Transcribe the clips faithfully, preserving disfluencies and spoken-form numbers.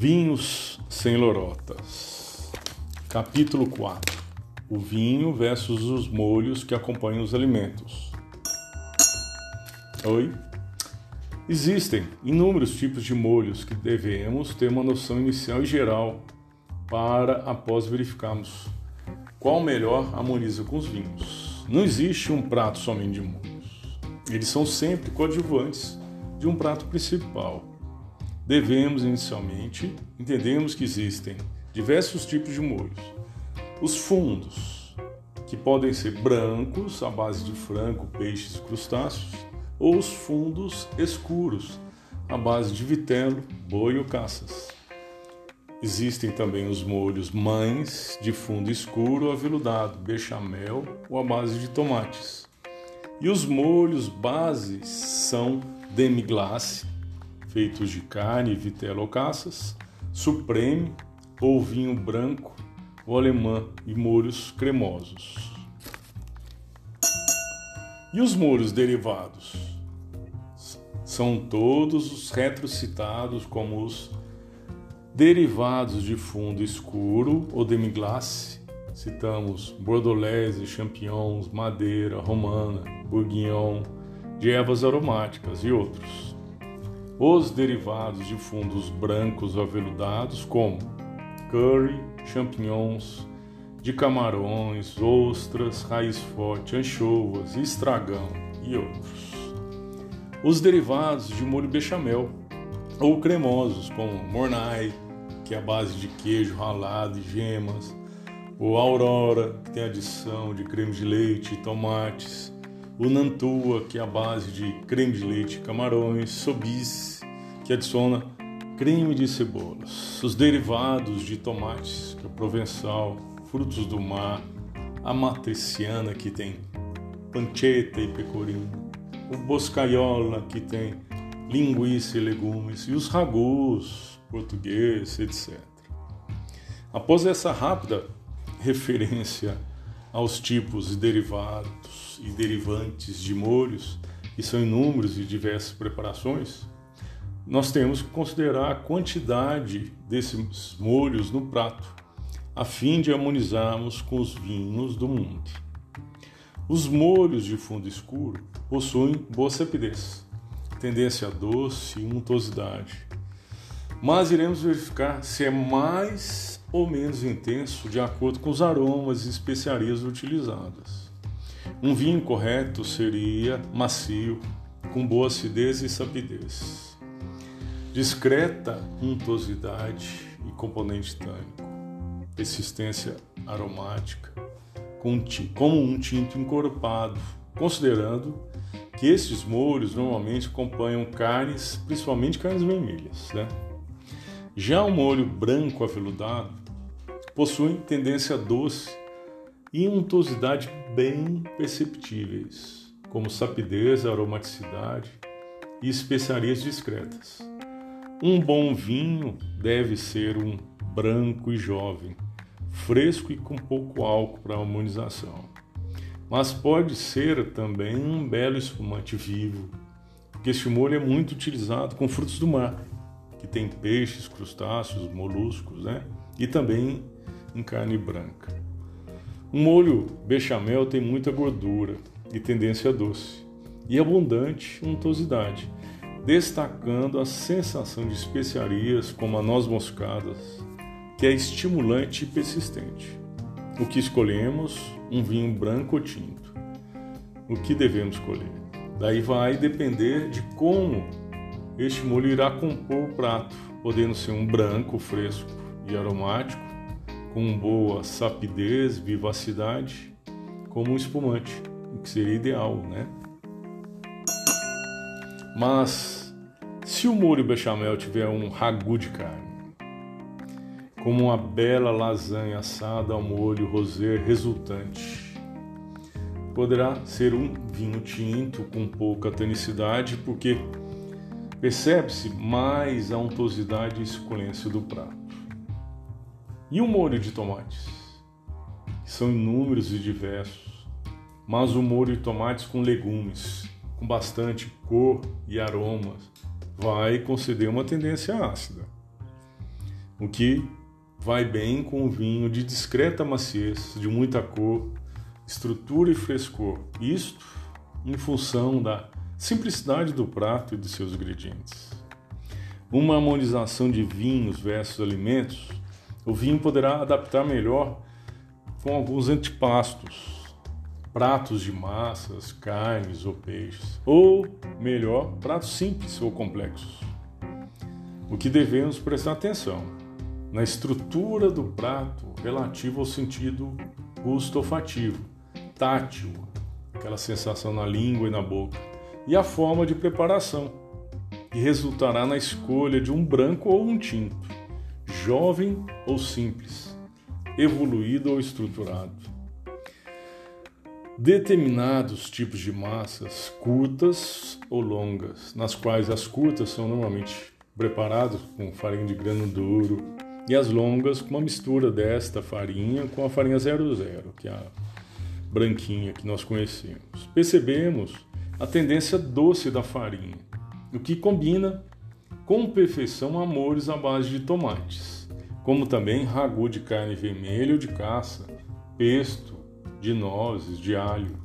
Vinhos sem lorotas. Capítulo quatro. O vinho versus os molhos que acompanham os alimentos. Oi? Existem inúmeros tipos de molhos que devemos ter uma noção inicial e geral para após verificarmos qual melhor harmoniza com os vinhos. Não existe um prato somente de molhos. Eles são sempre coadjuvantes de um prato principal. Devemos, inicialmente, entendermos que existem diversos tipos de molhos. Os fundos, que podem ser brancos, à base de frango, peixes e crustáceos, ou os fundos escuros, à base de vitelo, boi ou caças. Existem também os molhos mães, de fundo escuro ou aveludado, bechamel ou à base de tomates. E os molhos bases são demi-glace, feitos de carne, vitelo ou caças, supreme ou vinho branco ou alemã e molhos cremosos. E os molhos derivados? São todos os retrocitados como os derivados de fundo escuro ou demi-glace. Citamos bordelaise, champignons, madeira, romana, bourguignon, de ervas aromáticas e outros. Os derivados de fundos brancos ou aveludados, como curry, champignons, de camarões, ostras, raiz forte, anchovas, estragão e outros. Os derivados de molho bechamel ou cremosos, como mornay, que é a base de queijo ralado e gemas, ou aurora, que tem adição de creme de leite e tomates, o nantua, que é a base de creme de leite e camarões, sobice, que adiciona creme de cebolas, os derivados de tomates, que é o provençal, frutos do mar, a matriciana, que tem pancetta e pecorino, o boscaiola, que tem linguiça e legumes, e os ragus, português, etcétera. Após essa rápida referência aos tipos de derivados e derivantes de molhos, que são inúmeros e diversas preparações, nós temos que considerar a quantidade desses molhos no prato, a fim de harmonizarmos com os vinhos do mundo. Os molhos de fundo escuro possuem boa sapidez, tendência a doce e untuosidade, mas iremos verificar se é mais ou menos intenso de acordo com os aromas e especiarias utilizadas. Um vinho correto seria macio, com boa acidez e sapidez, discreta untuosidade e componente tânico, persistência aromática, como um tinto encorpado, considerando que esses molhos normalmente acompanham carnes, principalmente carnes vermelhas, né? Já o molho branco aveludado possui tendência doce e untuosidade bem perceptíveis, como sapidez, aromaticidade e especiarias discretas. Um bom vinho deve ser um branco e jovem, fresco e com pouco álcool para harmonização. Mas pode ser também um belo espumante vivo, porque este molho é muito utilizado com frutos do mar, que tem peixes, crustáceos, moluscos, né? E também em carne branca. Um molho bechamel tem muita gordura e tendência doce, e abundante untuosidade, destacando a sensação de especiarias como a noz moscada, que é estimulante e persistente. O que escolhemos? Um vinho branco ou tinto. O que devemos escolher? Daí vai depender de como este molho irá compor o prato, podendo ser um branco fresco e aromático, com boa sapidez, vivacidade, como um espumante, o que seria ideal, né? Mas se o molho bechamel tiver um ragu de carne, como uma bela lasanha assada ao molho rosé resultante, poderá ser um vinho tinto com pouca tanicidade, porque percebe-se mais a untuosidade e suculência do prato. E o molho de tomates? São inúmeros e diversos, mas o molho de tomates com legumes, com bastante cor e aromas, vai conceder uma tendência ácida. o que vai bem com o vinho de discreta maciez, de muita cor, estrutura e frescor. Isto em função da simplicidade do prato e de seus ingredientes. Uma harmonização de vinhos versus alimentos, o vinho poderá adaptar melhor com alguns antepastos, pratos de massas, carnes ou peixes, ou melhor, pratos simples ou complexos. O que devemos prestar atenção na estrutura do prato relativo ao sentido gusto olfativo, tátil, aquela sensação na língua e na boca, e a forma de preparação, que resultará na escolha de um branco ou um tinto, jovem ou simples, evoluído ou estruturado. Determinados tipos de massas, curtas ou longas, nas quais as curtas são normalmente preparadas com farinha de grano duro e as longas com uma mistura desta farinha com a farinha zero zero, que é a branquinha que nós conhecemos. Percebemos a tendência doce da farinha, o que combina com perfeição amores à base de tomates, como também ragu de carne vermelha ou de caça, pesto de nozes, de alho.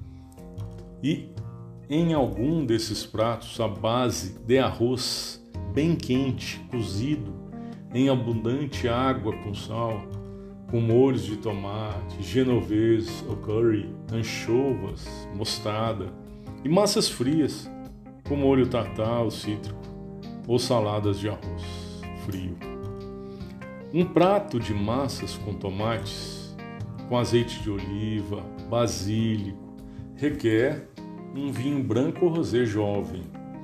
E em algum desses pratos a base de arroz bem quente, cozido em abundante água com sal, com molhos de tomate, genovese ou curry, anchovas, mostarda e massas frias com molho tartar ou cítrico ou saladas de arroz frio. Um prato de massas com tomates, com azeite de oliva, basílico, requer um vinho branco ou rosé jovem,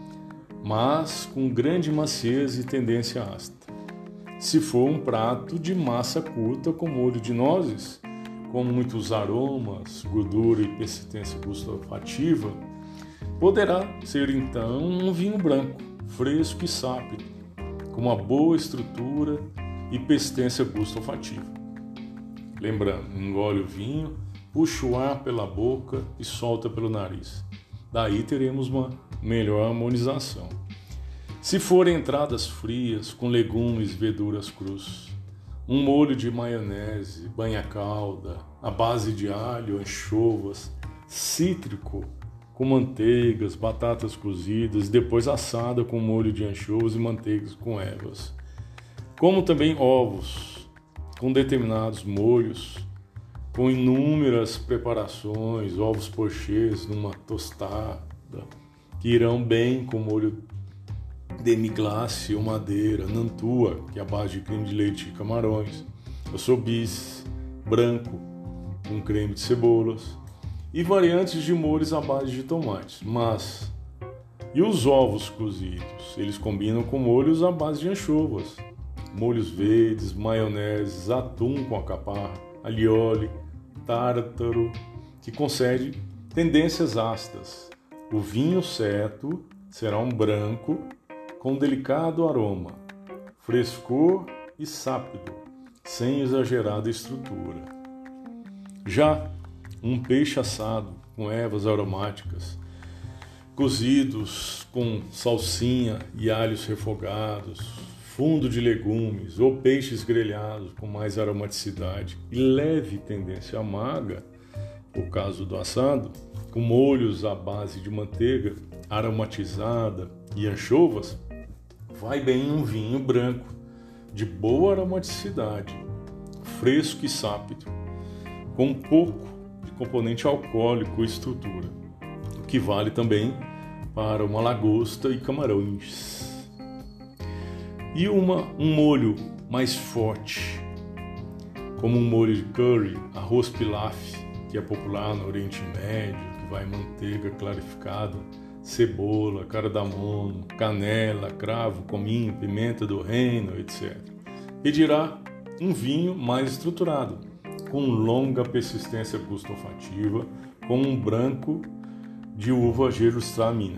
mas com grande maciez e tendência ácida. Se for um prato de massa curta com molho de nozes, com muitos aromas, gordura e persistência gustativa, poderá ser então um vinho branco, fresco e sápido, com uma boa estrutura e persistência gustativa. Lembrando, engole o vinho, puxa o ar pela boca e solta pelo nariz. Daí teremos uma melhor harmonização. Se forem entradas frias, com legumes e verduras crus, um molho de maionese, banha-calda, à base de alho, anchovas, cítrico, com manteigas, batatas cozidas, depois assada com molho de anchovas e manteigas com ervas. Como também ovos, com determinados molhos, com inúmeras preparações, ovos pochês numa tostada, que irão bem com molho demi-glace ou madeira, nantua, que é a base de creme de leite e camarões, o soubise branco com creme de cebolas e variantes de molhos à base de tomates. Mas e os ovos cozidos? Eles combinam com molhos à base de anchovas, molhos verdes, maioneses, atum com alcaparra, allioli, tártaro, que concede tendências ácidas. O vinho certo será um branco com delicado aroma, frescor e sápido, sem exagerada estrutura. Já um peixe assado com ervas aromáticas, cozidos com salsinha e alhos refogados, fundo de legumes ou peixes grelhados com mais aromaticidade e leve tendência amarga, o caso do assado, com molhos à base de manteiga aromatizada e anchovas, vai bem um vinho branco de boa aromaticidade, fresco e sápido, com um pouco de componente alcoólico e estrutura, o que vale também para uma lagosta e camarões. E uma, um molho mais forte, como um molho de curry, arroz pilaf, que é popular no Oriente Médio, que vai manteiga clarificada, cebola, cardamomo, canela, cravo, cominho, pimenta do reino, etcétera. Pedirá um vinho mais estruturado, com longa persistência gustativa, como um branco de uva Gewürztraminer.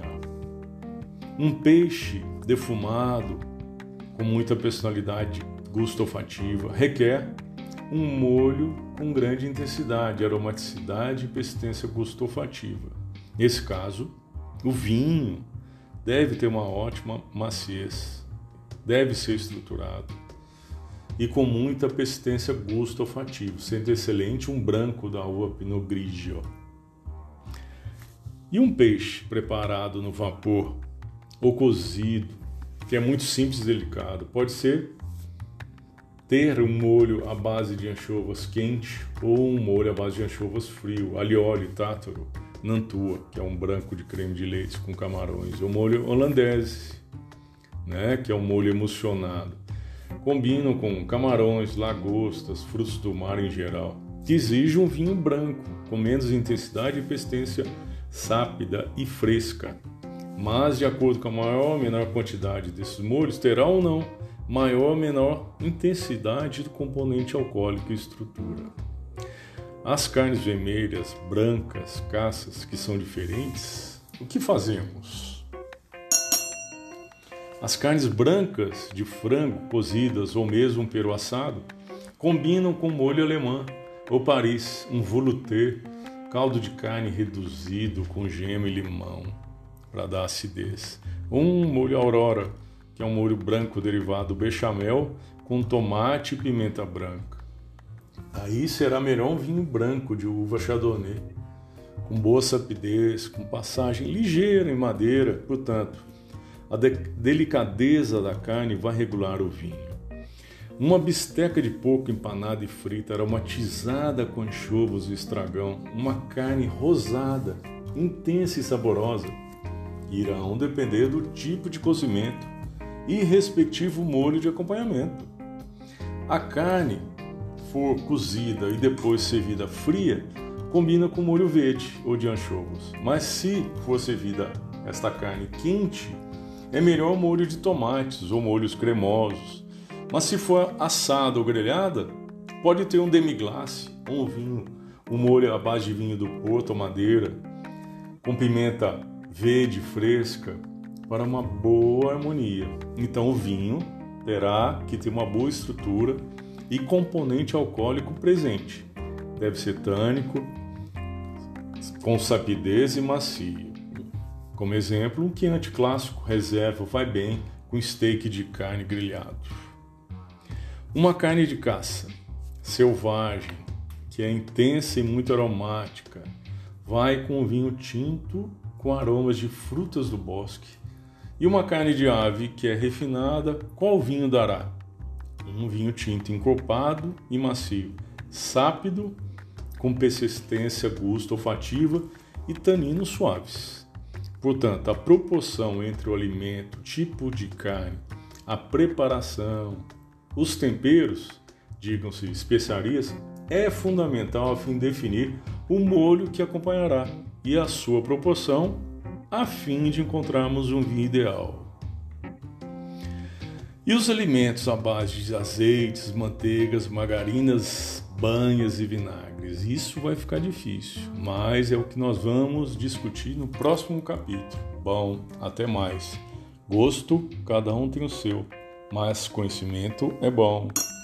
Um peixe defumado, com muita personalidade gustativa, requer um molho com grande intensidade, aromaticidade e persistência gustativa. Nesse caso, o vinho deve ter uma ótima maciez, deve ser estruturado, e com muita persistência gosto olfativo, sendo excelente um branco da uva Pinot Grigio. E um peixe preparado no vapor ou cozido, que é muito simples e delicado, pode ser ter um molho à base de anchovas quente ou um molho à base de anchovas frio, alioli, tártaro, nantua, que é um branco de creme de leite com camarões, ou molho holandês, né, que é um molho emulsionado. Combinam com camarões, lagostas, frutos do mar em geral, que exige um vinho branco, com menos intensidade e persistência sápida e fresca. Mas, de acordo com a maior ou menor quantidade desses molhos, terá ou não maior ou menor intensidade do componente alcoólico e estrutura. As carnes vermelhas, brancas, caças, que são diferentes, o que fazemos? As carnes brancas de frango cozidas ou mesmo um peru assado combinam com molho alemão ou Paris, um velouté, caldo de carne reduzido com gema e limão para dar acidez. Um molho aurora, que é um molho branco derivado do bechamel com tomate e pimenta branca. Aí será melhor um vinho branco de uva chardonnay, com boa sapidez, com passagem ligeira em madeira, portanto, a de- delicadeza da carne vai regular o vinho. Uma bisteca de porco empanada e frita, aromatizada com anchovas e estragão, uma carne rosada, intensa e saborosa, irão depender do tipo de cozimento e respectivo molho de acompanhamento. A carne for cozida e depois servida fria, combina com molho verde ou de anchovas. Mas se for servida esta carne quente, é melhor o molho de tomates ou molhos cremosos. Mas se for assada ou grelhada, pode ter um demi-glace, ou um vinho, um molho à base de vinho do Porto ou Madeira, com pimenta verde fresca, para uma boa harmonia. Então o vinho terá que ter uma boa estrutura e componente alcoólico presente. Deve ser tânico, com sapidez e macio. Como exemplo, um Chianti clássico reserva vai bem com steak de carne grelhado. Uma carne de caça selvagem, que é intensa e muito aromática, vai com um vinho tinto com aromas de frutas do bosque. E uma carne de ave que é refinada, qual vinho dará? Um vinho tinto encorpado e macio, sápido, com persistência, gosto olfativa e taninos suaves. Portanto, a proporção entre o alimento, tipo de carne, a preparação, os temperos, digam-se especiarias, é fundamental a fim de definir o molho que acompanhará e a sua proporção, a fim de encontrarmos um vinho ideal. E os alimentos à base de azeites, manteigas, margarinas, banhas e vinagres. Isso vai ficar difícil, mas é o que nós vamos discutir no próximo capítulo. Bom, até mais. Gosto, cada um tem o seu, mas conhecimento é bom.